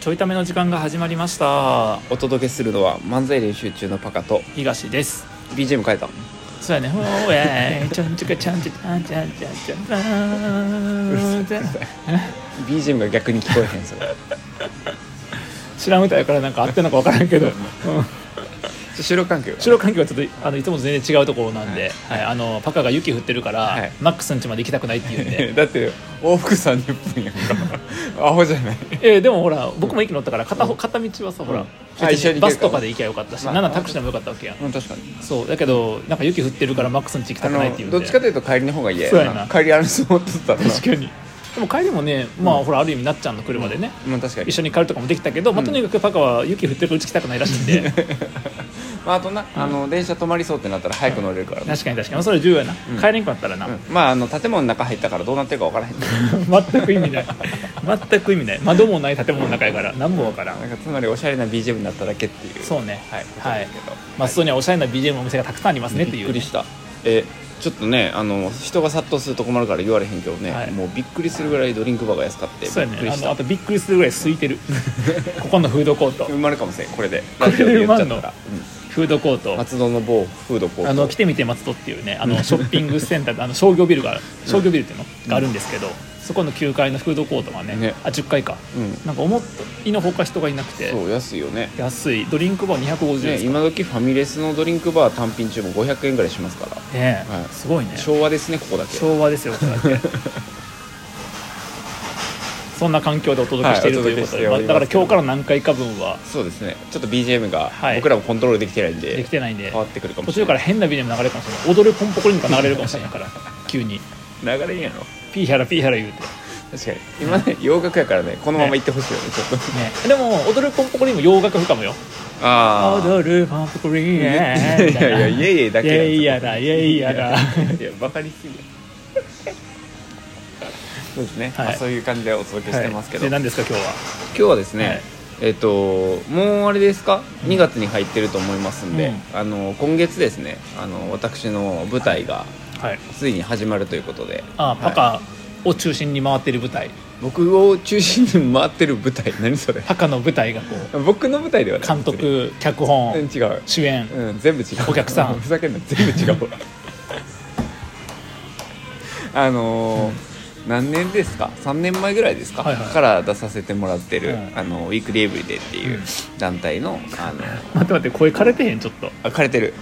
ちょいための時間が始まりました。 お届けするのは漫才練習中のパカと東です。 BGM 変えた。 そうやね。ほえちょんちょかちゃんちゃちゃんちゃんちゃんちゃんちゃん BGM が逆に聞こえへん。それ知らん歌やからなんか合ってんのか分からんけど収録環境が収録環境はちょっといつもと全然違うところなんで、はいパカが雪降ってるから、 はいマックスん家まで行きたくないって言うんでだって往復30分やんかアホじゃない。 でもほら僕も駅乗ったから片道はさ、ほら一緒にバスとかで行きゃよかったし、 まあなんならタクシーでもよかったわけやん。 確かに。 そうだけどなんか雪降ってるからマックスん家行きたくないって言うんで、 どっちかというと帰りの方が嫌そうやな。 やな。帰り歩そうとったらな。 確かに。でも帰りもね、まあほらある意味なっちゃんの車でね、 確かに一緒に帰るとかもできたけど、まあ、とにかくパカは雪降ってるからうち来たくないらしいんでまあ、あとな、電車止まりそうってなったら早く乗れるからね。 確かにそれ重要やな、帰れんくなったらな、 まあ建物の中入ったからどうなってるか分からへん全く意味ない窓もない建物の中やから何も分からん。 なんかつまりおしゃれな BGM になっただけっていう。 そうね、はい、 ことですけど、 まあそこにはおしゃれな BGM のお店がたくさんありますねっていう、 びっくりした。ちょっとね人が殺到すると困るから言われへんけどね、 はいもうびっくりするぐらいドリンクバーが安かってびっそうやね。 くりした。 あとびっくりするぐらい空いてるここのフードコート埋まるかもしれんこれで。 これで埋まるのラジオで言っちゃったらフードコート、 松戸の某フードコート来てみて松戸っていうねショッピングセンター商業ビルっていうのがあるんですけど、そこの9階のフードコートがね10階か、なんか思ったのほか人がいなくて、 そう安いよね。 安い。ドリンクバー250円ですか、 今時ファミレスのドリンクバー単品注文500円ぐらいしますからね、 はいすごいね。 昭和ですねここだけ。 昭和ですよここだけそんな環境でお届けしているということで、だから今日から何回か分はそうですね。ちょっと BGM がはい僕らもコントロールできてないんで、 できてないんで変わってくるかも途しれない。 中から変な BGM 流れるかもしれない。踊るポンポコリンとか流れるかもしれないから急に流れんやろ。 ピーハラ言うて確かに今ね洋楽やからねこのまま行ってほしいよねちょっとね。でも踊るポンポコリンも洋楽風かもよ。 ああ踊るポンポコリンいやいやイエイエイだけイエイやだイエイやだいやバカにすぎるそうですね、 はいまあ、そういう感じでお届けしてますけど、 で何ですか今日は。 今日はですね、もうあれですか、2月に入ってると思いますんで、今月ですね私の舞台がはい、 ついに始まるということで、 パカを中心に回ってる舞台、 僕を中心に回ってる舞台何それ。 パカの舞台がこう僕の舞台ではない。 監督脚本違う、 主演全部違う。 お客さんふざけんな、全部違う何年ですか、3年前ぐらいですか、から出させてもらってる、ウィークリーエブリデイっていう団体の待って声枯れてへんちょっと。 枯れてる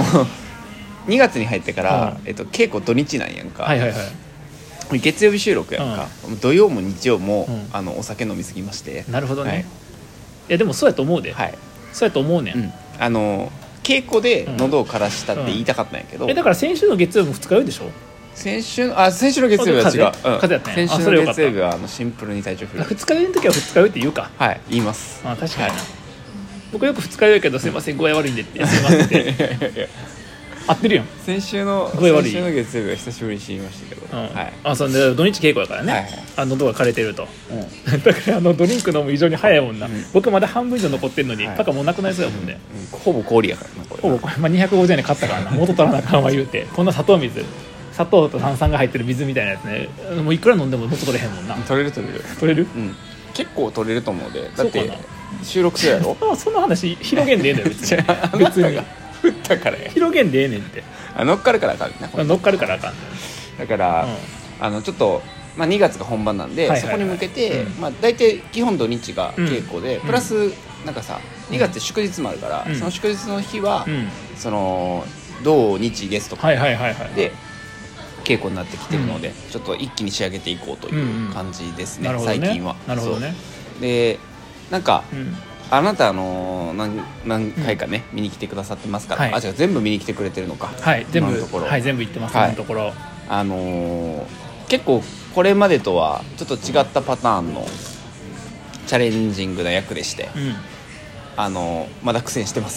2月に入ってから、稽古土日なんやんか、月曜日収録やんか、土曜も日曜も、お酒飲みすぎまして。 なるほどね、いやでもそうやと思うで、そうやと思うねん、 稽古で喉を枯らしたって言いたかったんやけど、 だから先週の月曜日も2日酔いでしょ。 先週の月曜日は違う、 風邪やったんや。 先週の月曜日はシンプルに体調不良。 2日酔いの時は2日酔いって言うか。 言います。 確かにな、僕よく2日酔いやけどすいません具合悪いんでってすいませんって合ってるやん。 先週の月曜日は久しぶりに知りましたけど、 そんで土日稽古やからね、喉が枯れてると、だからドリンク飲む異常に早いもんな、僕まだ半分以上残ってるのに、パカもうなくなりそうやもんね、 ほぼ氷やからなこれ。 ほぼ250円で買ったからな元取らなあかんわ言うてこんな砂糖と炭酸が入ってる水みたいなやつね、もういくら飲んでも元取れへんもんな。 取れる、結構取れると思うで。だって収録するやろその話広げんでええのよ別に別に振ったからや。 広げんでええねんって。 乗っかるからあかんな。 乗っかるからあかん。 だから、ちょっと、2月が本番なんで、そこに向けて、大体基本土日が稽古で、プラスなんかさ2月って祝日もあるから、その祝日の日は、その土日ゲストとかで稽古になってきてるので、ちょっと一気に仕上げていこうという感じですね、最近は。 なるほどね。 でなんか、あなた何回かね、見に来てくださってますから、違う全部見に来てくれてるのか。 全部行ってます、今のところ。 結構これまでとはちょっと違ったパターンのチャレンジングな役でして、まだ苦戦してます。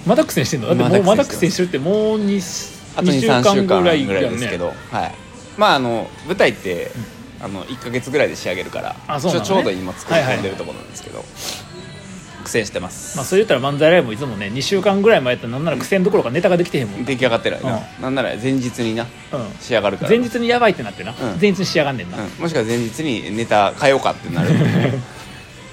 まだ苦戦してんの？だってもうまだ苦戦してるってもうあと 2,3 週間ぐらいやんね。 ですけど、舞台って1ヶ月ぐらいで仕上げるから、ちょうど今作り込んでるところなんですけど、苦戦してます。 そう言ったら漫才ライブもいつもね2週間ぐらい前やったらなんなら苦戦どころかネタができてへんもん。 出来上がってないな、なんなら前日にな、仕上がるから。 前日にやばいってなってな、前日に仕上がんねんな、 もしくは前日にネタ変えようかってなる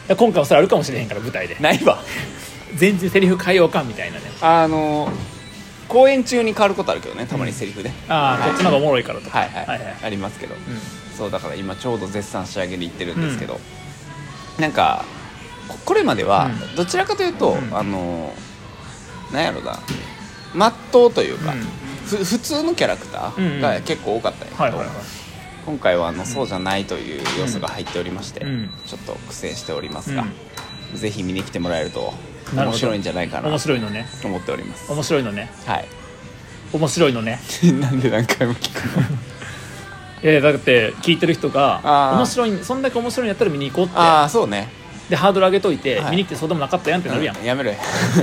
や今回もそれあるかもしれへんから舞台でないわ全然セリフ変えようかみたいなね。 公演中に変わることあるけどね、たまにセリフで、 ああ、こっちの方がおもろいからとか、 はいはい、ありますけど、そうだから今ちょうど絶賛仕上げでいってるんですけど、なんかこれまではどちらかというと、なんやろな、まっとうというか、普通のキャラクターが結構多かったんやけど、今回はそうじゃないという要素が入っておりまして、ちょっと苦戦しておりますが、ぜひ見に来てもらえると面白いんじゃないかなと思っております。 面白いのね。 はい。 面白いのね。 なんで何回も聞くの？だって聞いてる人が面白い、そんだけ面白いんやったら見に行こうって。 ああ、そうね。 でハードル上げといて、見に来てそうでもなかったやんってなるやん。 やめろや。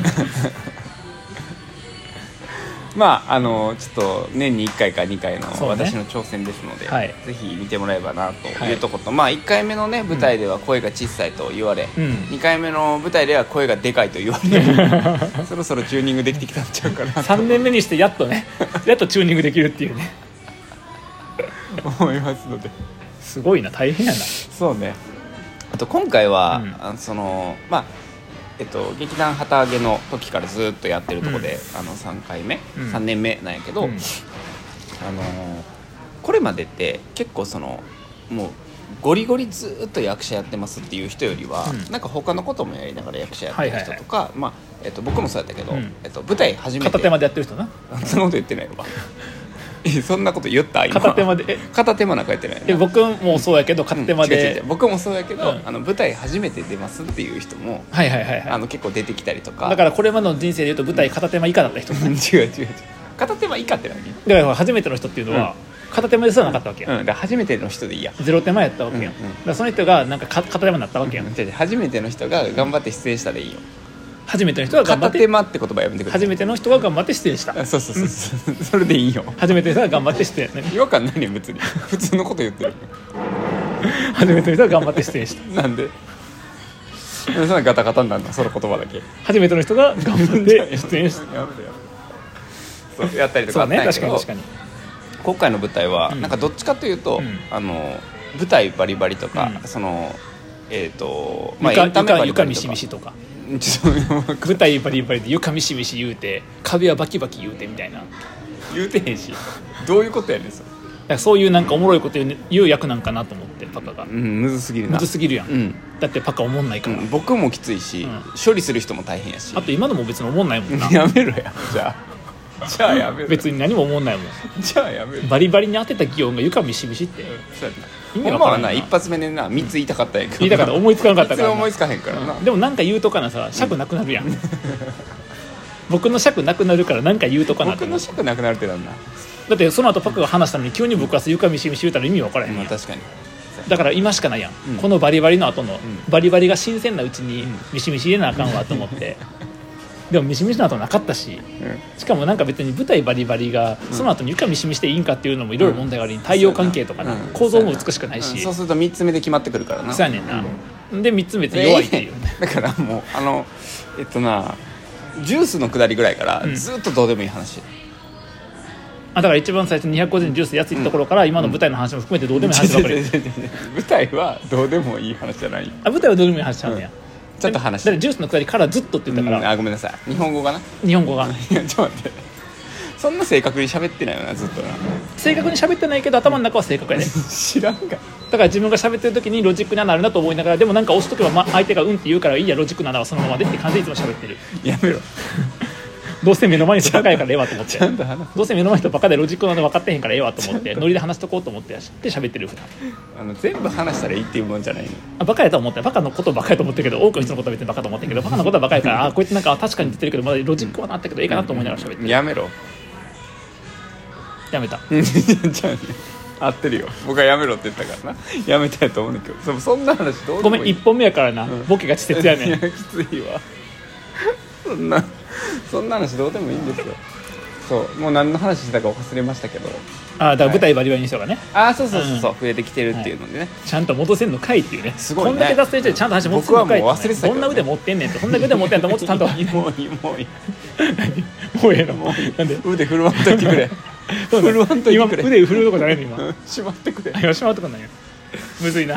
まあちょっと年に1回か2回の私の挑戦ですので、ぜひ見てもらえばなというところと、まあ1回目のね舞台では声が小さいと言われ、2回目の舞台では声がでかいと言われそろそろチューニングできてきたんちゃうかな 3年目にしてやっとねやっとチューニングできるっていうね思いますので、 すごいな、大変やな。 そうね。あと今回は、まあ劇団旗揚げの時からずっとやってるところで、3回目、3年目なんやけど、これまでって結構もうゴリゴリずっと役者やってますっていう人よりは、なんか他のこともやりながら役者やってる人とか、まあ僕もそうやったけど、舞台初めて片手までやってる人な。 そんなこと言ってないのかそんなこと言った今片手まで片手間なんかやってない。 僕もそうやけど片手間で、 違う僕もそうやけど、舞台初めて出ますっていう人も結構出てきたりとか。 だからこれまでの人生でいうと舞台片手間以下だった人違う片手間以下って何？ だから初めての人っていうのは、片手間ですらなかったわけや、 だから初めての人でいいや、 ゼロ手間やったわけや、だからその人がなんか片手間になったわけや、 初めての人が頑張って出演したらいいよ。 初めての人が頑張って片手間って言葉やめてくれ。 初めての人が頑張って出演した。 そうそれでいいよ。 初めての人が頑張って出演。 違和感ないね別に普通のこと言ってる初めての人が頑張って出演した。 なんでそんなガタガタになるんだ、その言葉だけ。 初めての人が頑張って出演したそうやったりとかあったんやけど、 確かに今回の舞台はなんかどっちかというと、舞台バリバリとか、まあエンタメバリバリとか床ミシミシとか舞台バリバリで床ミシミシ言うて壁はバキバキ言うてみたいな。 言うてへんし、どういうことやねんそれ。 だからそういうなんかおもろいこと言う役なんかなと思ってパカが。 むずすぎるな。 むずすぎるやん、だってパカおもんないから、 僕もきついし、処理する人も大変やし。 あと今のも別におもんないもんな。 やめろやじゃあやめろ。 別に何も思んないもん。 じゃあやめろ。 バリバリに当てた擬音が床ミシミシって、 意味わからんな。一発目でな3つ言いたかったんやけど、 言いたかった、思いつかなかったから。 思いつかへんからな、 でもなんか言うとかなさ、尺なくなるやん、僕の尺なくなるからなんか言うとかな。 僕の尺なくなるってなんだ。 だってその後パカが話したのに急に僕は床ミシミシ言うたら意味わからへんやん。 確かに。 だから今しかないやん、このバリバリの後の、バリバリが新鮮なうちにミシミシ入れなあかんわと思ってでもミシミシの後なかったし、しかもなんか別に舞台バリバリがその後に床ミシミシでいいんかっていうのもいろいろ問題があり、太陽関係とかな、構造も美しくないし、 そうすると3つ目で決まってくるからな。 そうやねんな、で3つ目って弱いっていう、 だからもうジュースの下りぐらいからずっとどうでもいい話、 だから一番最初250円ジュース安いところから今の舞台の話も含めてどうでもいい話ばかり、 舞台はどうでもいい話じゃない。 舞台はどうでもいい話ちゃうねや、 ちょっと話だからジュースの下りからずっとって言ったから、 ごめんなさい、日本語がな、 日本語がいやちょっと待って、そんな正確に喋ってないよなずっとな。 正確に喋ってないけど頭の中は正確やね知らんが。 だから自分が喋ってる時にロジックになるなと思いながら、でもなんか押しとけば相手がうんって言うからいいや、ロジックならそのままでって感じでいつも喋ってる。 やめろどうせ目の前の人バカやからええわと思ってちゃんと話す。 どうせ目の前の人バカでロジックなの分かってへんからええわと思ってノリで話しとこうと思って喋ってる普段。 全部話したらいいっていうもんじゃないの。 バカやと思って、バカのことバカやと思ってるけど、多くの人のことは別にバカと思ってるけど、バカのことはバカやからこいつなんか確かに言ってるけどまだロジックはなったけどええかなと思いながら喋ってる。 やめろ。 やめたじゃあね、合ってるよ。僕はやめろって言ったからな。やめたいと思うんだけど、そんな話どうでもいい。 ごめん1本目やからな、ボケが稚拙やねん。 いやきついわ。そんな話どうでもいいんですよ。そうもう何の話したか忘れましたけど、 だから舞台バリバリに人がね、 そう、増えてきてるっていうのでね、 ちゃんと戻せんのかいっていうね。 すごいね、 こんだけ脱線してちゃんと話戻せんのかいって、 僕はもう忘れてたけどね、 どんな腕持ってんねんって、こんな腕持ってんと思ってちゃんともういいもうええの、なんで腕振るわんといてくれ振るわんといてくれ。 今腕振るとこじゃないの今しまってくれ。 今しまうとこないよ、むずいな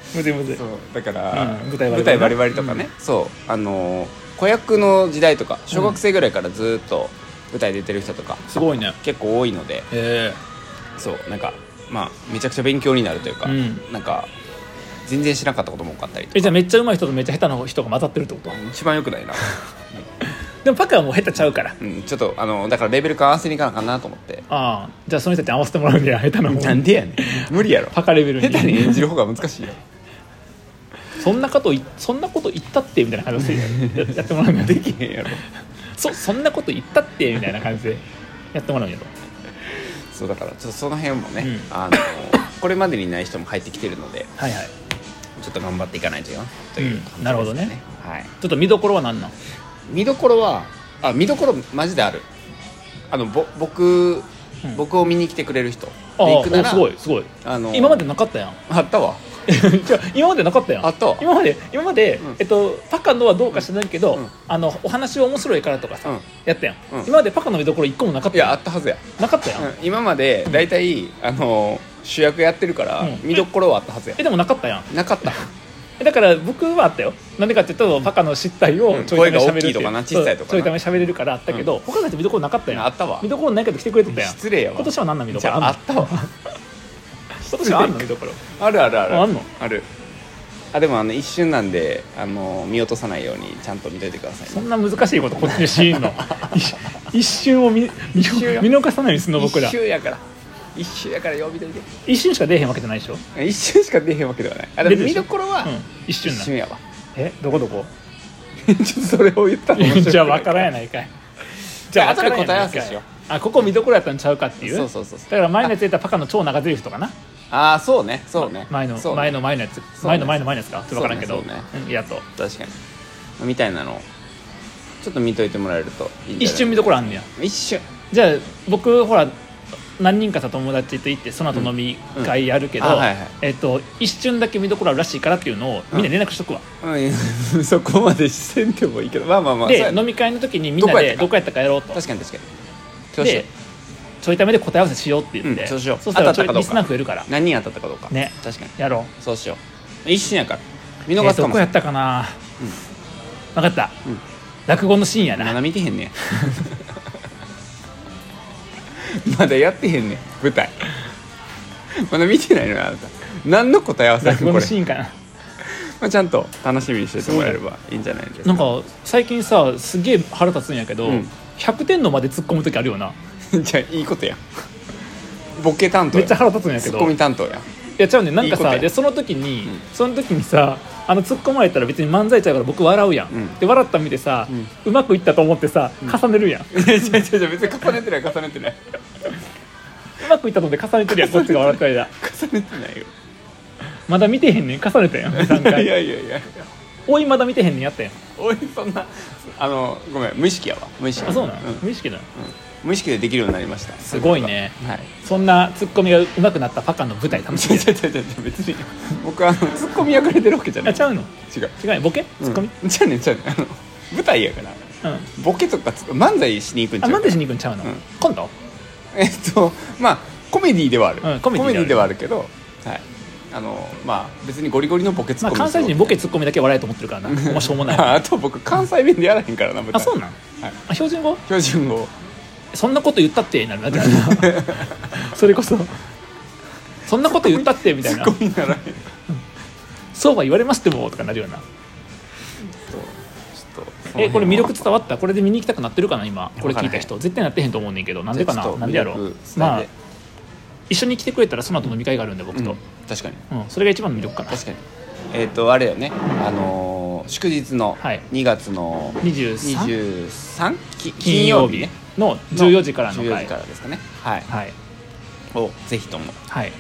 むずいむずい。 そうだから、 舞台バリバリとかね、そう子役の時代とか小学生ぐらいからずっと舞台出てる人とか、 すごいね。 結構多いので、そうなんかまあめちゃくちゃ勉強になるというか、なんか全然知らなかったことも多かったりとか。 じゃあめっちゃ上手い人とめっちゃ下手な人が混ざってるってこと？ 一番良くないな。 でもパカはもう下手ちゃうから、 ちょっとだからレベル感合わせにいかなあかんなと思って。 ああ、じゃあその人たちに合わせてもらうんや、下手な方。 なんでやねん、無理やろ。 パカレベルに下手に演じる方が難しいよ。 そんなこと言ったってみたいな感じでやってもらうんや。 できへんやろ。 そんなこと言ったってみたいな感じでやってもらうんやと。 そうだからちょっとその辺もね、これまでにない人も入ってきてるので、 はいはい、 ちょっと頑張っていかないとよという感じですね。 なるほどね。 はい。 ちょっと見どころは何なん？ 見どころは見どころマジである。僕を見に来てくれる人で行くなら、 すごい今までなかったやん。 あったわ。 今までなかったやん。 あったわ。 今まで、パカのはどうか知らないけど、お話は面白いからとかさ、やったやん。今までパカの見どころ一個もなかったやん。 いや、あったはずや。 なかったやん。 今までだいたい主役やってるから見どころはあったはずや。 でもなかったやん。 なかった。 だから僕はあったよ。なんでかっていうと、パカの失態をちょいため喋るとかな、小さいとかちょいため喋れるからあったけど、他の人見どころなかったやん。 あったわ。 見どころないけど来てくれてたやん。 失礼やわ。 今年は何の見どころあったわ。 今年はあんの見どころ。 ある。 あんの？ ある。でも一瞬なんで見落とさないようにちゃんと見といてくださいね。 そんな難しいことこっちでしんの？一瞬を見逃さないようにすんの僕ら。 一瞬やからよう見といて。 一瞬しか出えへんわけじゃないでしょ。 一瞬しか出えへんわけではない。でも見どころは一瞬やわ。 どこちょっとそれを言ったらじゃあ分からんやないかい。 じゃあ後で答え合わせしよう。 ここ見どころやったんちゃうかっていう。 そうだから前のやつ言ったパカの超長台詞とかな。 そうね前のやつ前のやつかって分からんけど、やっと確かにみたいなのちょっと見といてもらえるといいんじゃない。 一瞬見どころあんねや。 一瞬。 じゃあ僕ほら何人かさ友達と行ってその後飲み会やるけど、一瞬だけ見どころあるらしいからっていうのをみんな連絡しとくわ。 そこまでせんでもいいけど、まあで飲み会の時にみんなでどこやったかやろうと。 確かにでちょいためで答え合わせしようって言って、 そうしよう。 そしたらリスナー増えるから。 何人当たったかどうかね。 確かにやろう。そうしよう。一瞬やから見逃すかも。 どこやったかな。分かった。落語のシーンやな。 まだ見てへんねん。まだやってへんねん舞台。まだ見てないのよあなた。何の答え合わせ？ 落語のシーンかな。 ちゃんと楽しみにしててもらえればいいんじゃないですか。 なんか最近さすげえ腹立つんやけど、100点のまで突っ込む時あるよな。 じゃあいいことやん。ボケ担当めっちゃ腹立つんやけど。 ツッコミ担当やん。 いや違うねん。なんかさでその時にさ突っ込まれたら別に漫才ちゃうから僕笑うやん。で笑った見てさうまくいったと思ってさ重ねるやん。 別に重ねてない。 うまくいったと思って重ねてるやん。こっちが笑った間重ねてないよ。 まだ見てへんねん。重ねたやん3回。 いやおいまだ見てへんねんやったやん。 おいそんなごめん無意識やわ。無意識。 そうなの？無意識だ。 無意識でできるようになりました。 すごいね。 はい。 そんなツッコミが上手くなったパカの舞台楽しみ。 別に僕ツッコミ役れてるわけじゃない。 ちゃうの？違うボケ？ツッコミ？ ちゃうねん舞台やからボケとか漫才しに行くんちゃう。 漫才しに行くんちゃうの？コント？ まあコメディではある。 コメディではあるけど、はい。まあ別にゴリゴリのボケツッコミ。 関西人ボケツッコミだけ笑えと思ってるからな。しょうもない。 あと僕関西弁でやらへんからな舞台。 そうなん？標準語？ 標準語。 そんなこと言ったってなるな。それこそそんなこと言ったってみたいな。 ツッコミならへん。 そうは言われましてもとかなるような。これ魅力伝わった？これで見に行きたくなってるかな今これ聞いた人。絶対なってへんと思うねんけどなんでかな。なんでやろう。まあ一緒に来てくれたらその後飲み会があるんで僕と。 確かに。 それが一番の魅力かな。 確かに。あれよね。祝日の2月の23金曜日ね。 の14時からの回。 14時からですかね。はい。をぜひとも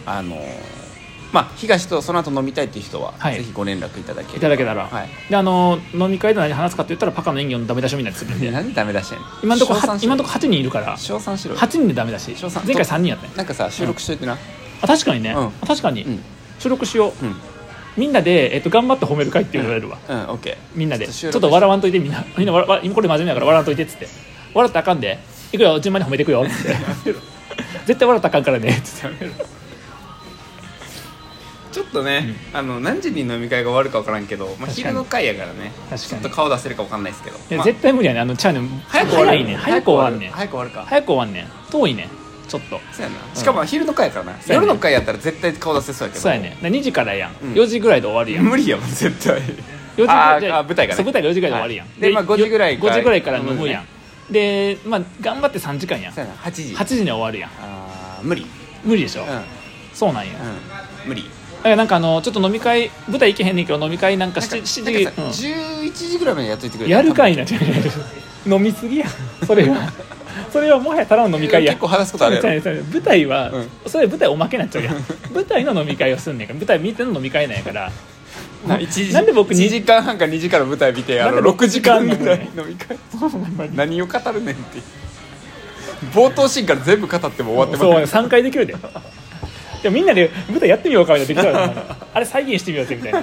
東とその後飲みたいっていう人はぜひご連絡いただけたら。で飲み会で何話すかって言ったらパカの演技のダメ出しをみんなでするんで。 何ダメ出しやねん。 今のところ8人いるから称賛しろ。 8人でダメ出し。前回3人やったね。 なんかさ収録しといてな。 確かにね。確かに収録しよう。みんなで頑張って褒める会っていうのをやるわ。 オッケー。 みんなでちょっと笑わんといてみんな今これ真面目だから笑わんといてっつって笑ったらあかんでいくよ順番に褒めていくよっつって絶対笑ったらあかんからねっつってちょっとね、何時に飲み会が終わるか分からんけど、昼の会やからね、ちょっと顔出せるか分かんないですけど、 絶対無理やね。ちゃうねん、早いねん、早く終わんねん、 早く終わるか、 早く終わんねん、遠いねんちょっと。 そうやな、しかも昼の会やからな、夜の会やったら絶対顔出せそうやけど。 そうやねん、2時からやん、4時ぐらいで終わるやん。 無理やもん絶対。 4時ぐらいじゃ舞台がね、 そう舞台が4時ぐらいで終わるやん。 で5時ぐらい 5時ぐらいから飲むやん。で頑張って3時間やん。 そうやな、8時に終わるやん。 無理でしょ。そうなんや、 無理。 だからなんかちょっと飲み会、舞台行けへんねんけど飲み会なんか7時、 11時ぐらいまでやっといてくれる。 やるかいな飲みすぎやんそれはもはやただの飲み会や。 結構話すことあるやろ。 舞台は、それ舞台おまけになっちゃうやん舞台の飲み会をすんねんから、舞台見ての飲み会なんやから。なんで僕 1時間半か2時間の舞台見て6時間ぐらい飲み会何を語るねんって冒頭シーンから全部語っても終わってます。そう3回できるででもみんなで舞台やってみようかみたいなできたらあれ再現してみようぜみたいな。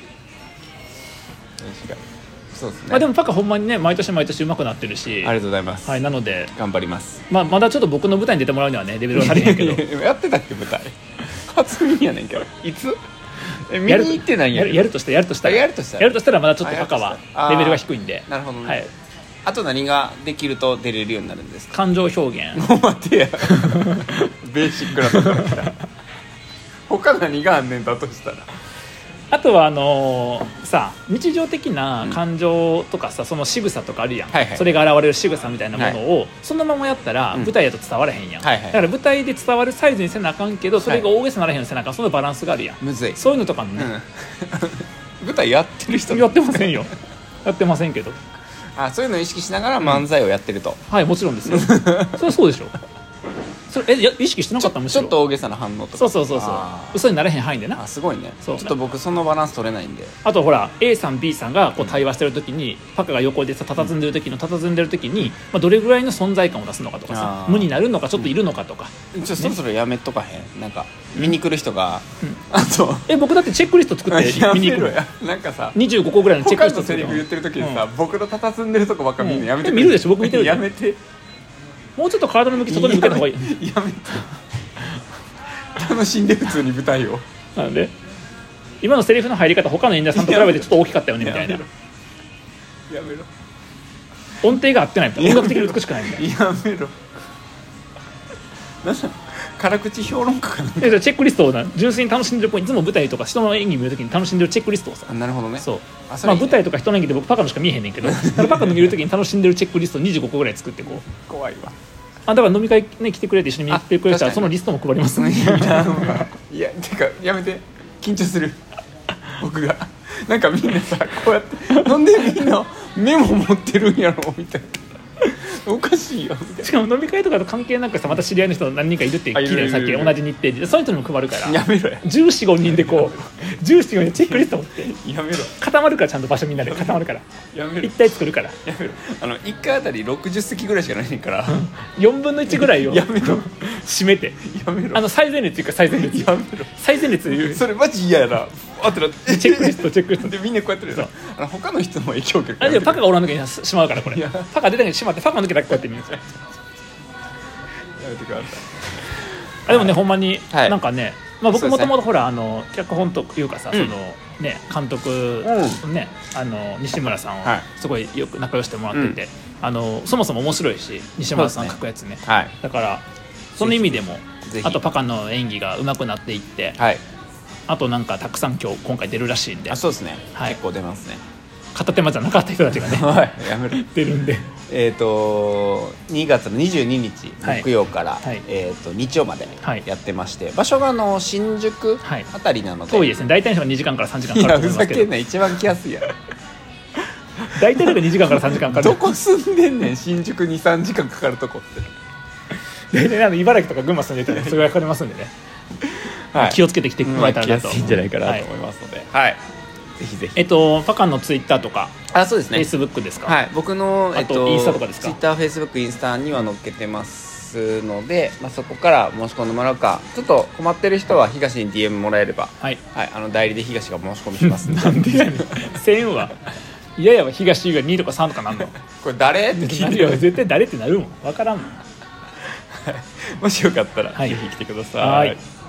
そうですね。 でもパカほんまにね毎年毎年上手くなってるし、 ありがとうございます。 はい、なので頑張ります。 まだちょっと僕の舞台に出てもらうにはねレベルは足りへんけどやってたっけ舞台初見やねんけど、いつ見に行ってないんや。 やるとしたらまだちょっとパカはレベルが低いんで。 なるほどね、 はい、 あと何ができると出れるようになるんですか？ 感情表現。 もう待てやベーシックなところ来た他何があんねんだとしたら、 あとはさ日常的な感情とかさ、その仕草とかあるやん、それが現れる仕草みたいなものを、そのままやったら舞台だと伝わらへんやん、だから舞台で伝わるサイズにせなあかんけど、それが大げさならへんようにせなあかん、そのバランスがあるやん。 むずい。 そういうのとかもね、 舞台やってる人やってませんよやってませんけど、 そういうのを意識しながら漫才をやってると、 はい、もちろんですよそれはそうでしょ。それ意識してなかった？むしろちょっと大げさな反応とか。 そう嘘になれへん範囲でな。 すごいね。ちょっと僕そのバランス取れないんで。 あとほら A さん B さんがこう対話してる時に、パカが横でさ佇んでる時に、どれぐらいの存在感を出すのかとかさ、無になるのかちょっといるのかとか、 そろそろやめとかへん？なんか見に来る人が、あと僕だってチェックリスト作って見に行くの。 なんかさ 25個ぐらいのチェックリスト作って。他のセリフ言ってる時にさ、僕の佇んでるとこばっか見るのやめて。 見るでしょ、僕見てる。 やめて。 もうちょっと体の向きそこに向けた方がいい。 やめて。楽しんで普通に舞台を。 なんで今のセリフの入り方他の演者さんと比べてちょっと大きかったよねみたいな。やめろ。 音程が合ってないみたいな、音楽的に美しくないみたいな。 やめろ。なんだ辛口評論家かなんか。 チェックリストを純粋に楽しんでる子、いつも舞台とか人の演技見るときに楽しんでるチェックリストをさ。 なるほどね。 そう。舞台とか人の演技で僕パカのしか見えへんねんけどパカの見るときに楽しんでるチェックリストを25個ぐらい作ってこう。 怖いわ。 だから飲み会ね来てくれて一緒に見に来てくれたらそのリストも配りますね。 いやてかやめて、緊張する僕が。なんかみんなさこうやってなんでみんなメモ持ってるんやろみたいな。おかしいよみたいな。 しかも飲み会とかと関係なくさ、また知り合いの人何人かいるって聞いたよさっき。同じ日程でそういう人にも配るから。 やめろや。 14、5人でこう14、5人チェックリスト持ってやめろ。 固まるから、ちゃんと場所みんなで固まるから。 やめろ。 一体作るから。 やめろ。1回あたり60席ぐらいしかないねんから 4分の1ぐらいをやめろ。 締めて。 やめろ。 最前列っていうか最前列。 やめろ。 最前列言う。 それマジ嫌やな。あとチェックリストでみんなこうやってるよ。他の人の影響力。 でもパカがおらん時にしまうからこれ。パカ出た時にしまってパカの時だけこうやって見る。やめてください。でもねほんまになんかね、僕もともとほら脚本というかさ、そのね監督ね西村さんをすごいよく仲良してもらってて、そもそも面白いし西村さん書くやつね。だからその意味でもあとパカの演技が上手くなっていって。あとなんかたくさん今回出るらしいんで。 そうですね、結構出ますね。 片手間じゃなかった人たちがねやめろ。 出るんで 2月の22日木曜から日曜までやってまして、場所が新宿あたりなので遠いですね。大体の人が2時間から3時間かかると思いますけど。 ふざけんな、一番来やすいやろ大体の人が2時間から3時間かかる。 どこ住んでんねん新宿 2,3 時間かかるとこって。 大体茨城とか群馬住んでたらそれがかかりますんでね気をつけてきてもらえたらなと。 いいんじゃないかなと思いますので、ぜひぜひ。 パカのツイッターとかそうですね、 フェイスブックですか。 僕のあとインスタとかですか。 ツイッター、フェイスブック、インスタには載っけてますので、そこから申し込んでもらうか、ちょっと困ってる人は東に DM もらえれば、代理で東が申し込みしますんで。 なんでやねん1000は嫌やわ。東が2とか3とかなんのこれ誰って聞いてる。 絶対誰ってなるもん。分からんもん。 もしよかったらぜひ来てください。